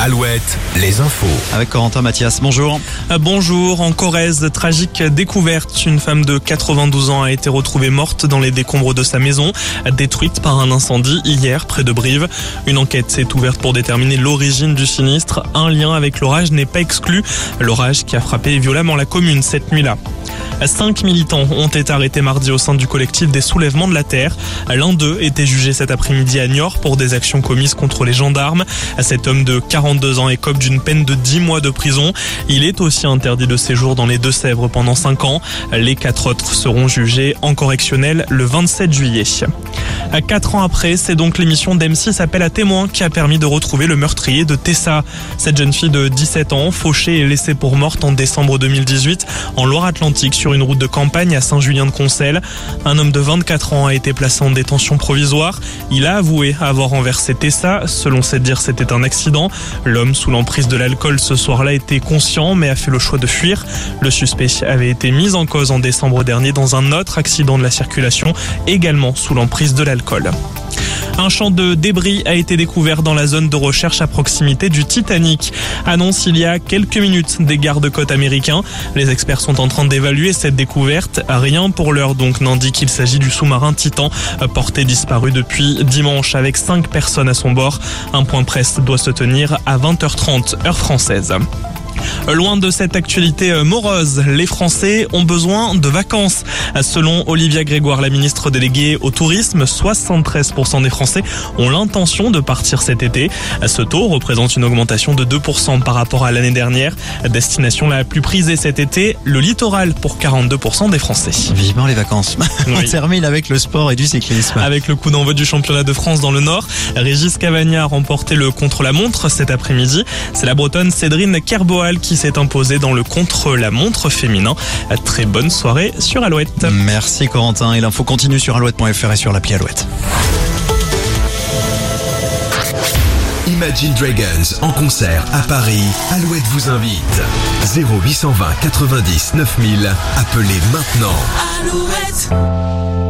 Alouette, les infos. Avec Corentin Mathias, bonjour. Bonjour, en Corrèze, tragique découverte. Une femme de 92 ans a été retrouvée morte dans les décombres de sa maison, détruite par un incendie hier près de Brive. Une enquête s'est ouverte pour déterminer l'origine du sinistre. Un lien avec l'orage n'est pas exclu. L'orage qui a frappé violemment la commune cette nuit-là. 5 militants ont été arrêtés mardi au sein du collectif des soulèvements de la terre. L'un d'eux était jugé cet après-midi à Niort pour des actions commises contre les gendarmes. Cet homme de 42 ans écope d'une peine de 10 mois de prison. Il est aussi interdit de séjour dans les Deux-Sèvres pendant 5 ans. Les 4 autres seront jugés en correctionnel le 27 juillet. 4 ans après, c'est donc l'émission d'M6 Appel à témoins qui a permis de retrouver le meurtrier de Tessa. Cette jeune fille de 17 ans, fauchée et laissée pour morte en décembre 2018 en Loire-Atlantique sur une route de campagne à Saint-Julien-de-Concelles. Un homme de 24 ans a été placé en détention provisoire. Il a avoué avoir renversé Tessa. Selon ses dires, c'était un accident. L'homme, sous l'emprise de l'alcool ce soir-là, était conscient mais a fait le choix de fuir. Le suspect avait été mis en cause en décembre dernier dans un autre accident de la circulation, également sous l'emprise de l'alcool. Un champ de débris a été découvert dans la zone de recherche à proximité du Titanic. Annonce il y a quelques minutes des gardes-côtes américains. Les experts sont en train d'évaluer cette découverte. Rien pour l'heure donc n'indique qu'il s'agit du sous-marin Titan, porté disparu depuis dimanche avec 5 personnes à son bord. Un point presse doit se tenir à 20h30 heure française. Loin de cette actualité morose, les Français ont besoin de vacances. Selon Olivia Grégoire, la ministre déléguée au tourisme, 73% des Français ont l'intention de partir cet été. Ce taux représente une augmentation de 2% par rapport à l'année dernière. Destination la plus prisée cet été, le littoral pour 42% des Français. Vivement les vacances. Oui. On termine avec le sport et du cyclisme. Avec le coup d'envoi du championnat de France dans le Nord, Régis Cavagna a remporté le contre-la-montre cet après-midi. C'est la Bretonne Cédrine Kerboal qui s'est imposée dans le contre-la-montre féminin. Très bonne soirée sur Alouette. Merci Corentin. Et l'info continue sur alouette.fr et sur l'appli Alouette. Imagine Dragons en concert à Paris. Alouette vous invite. 0820 90 9000. Appelez maintenant. Alouette.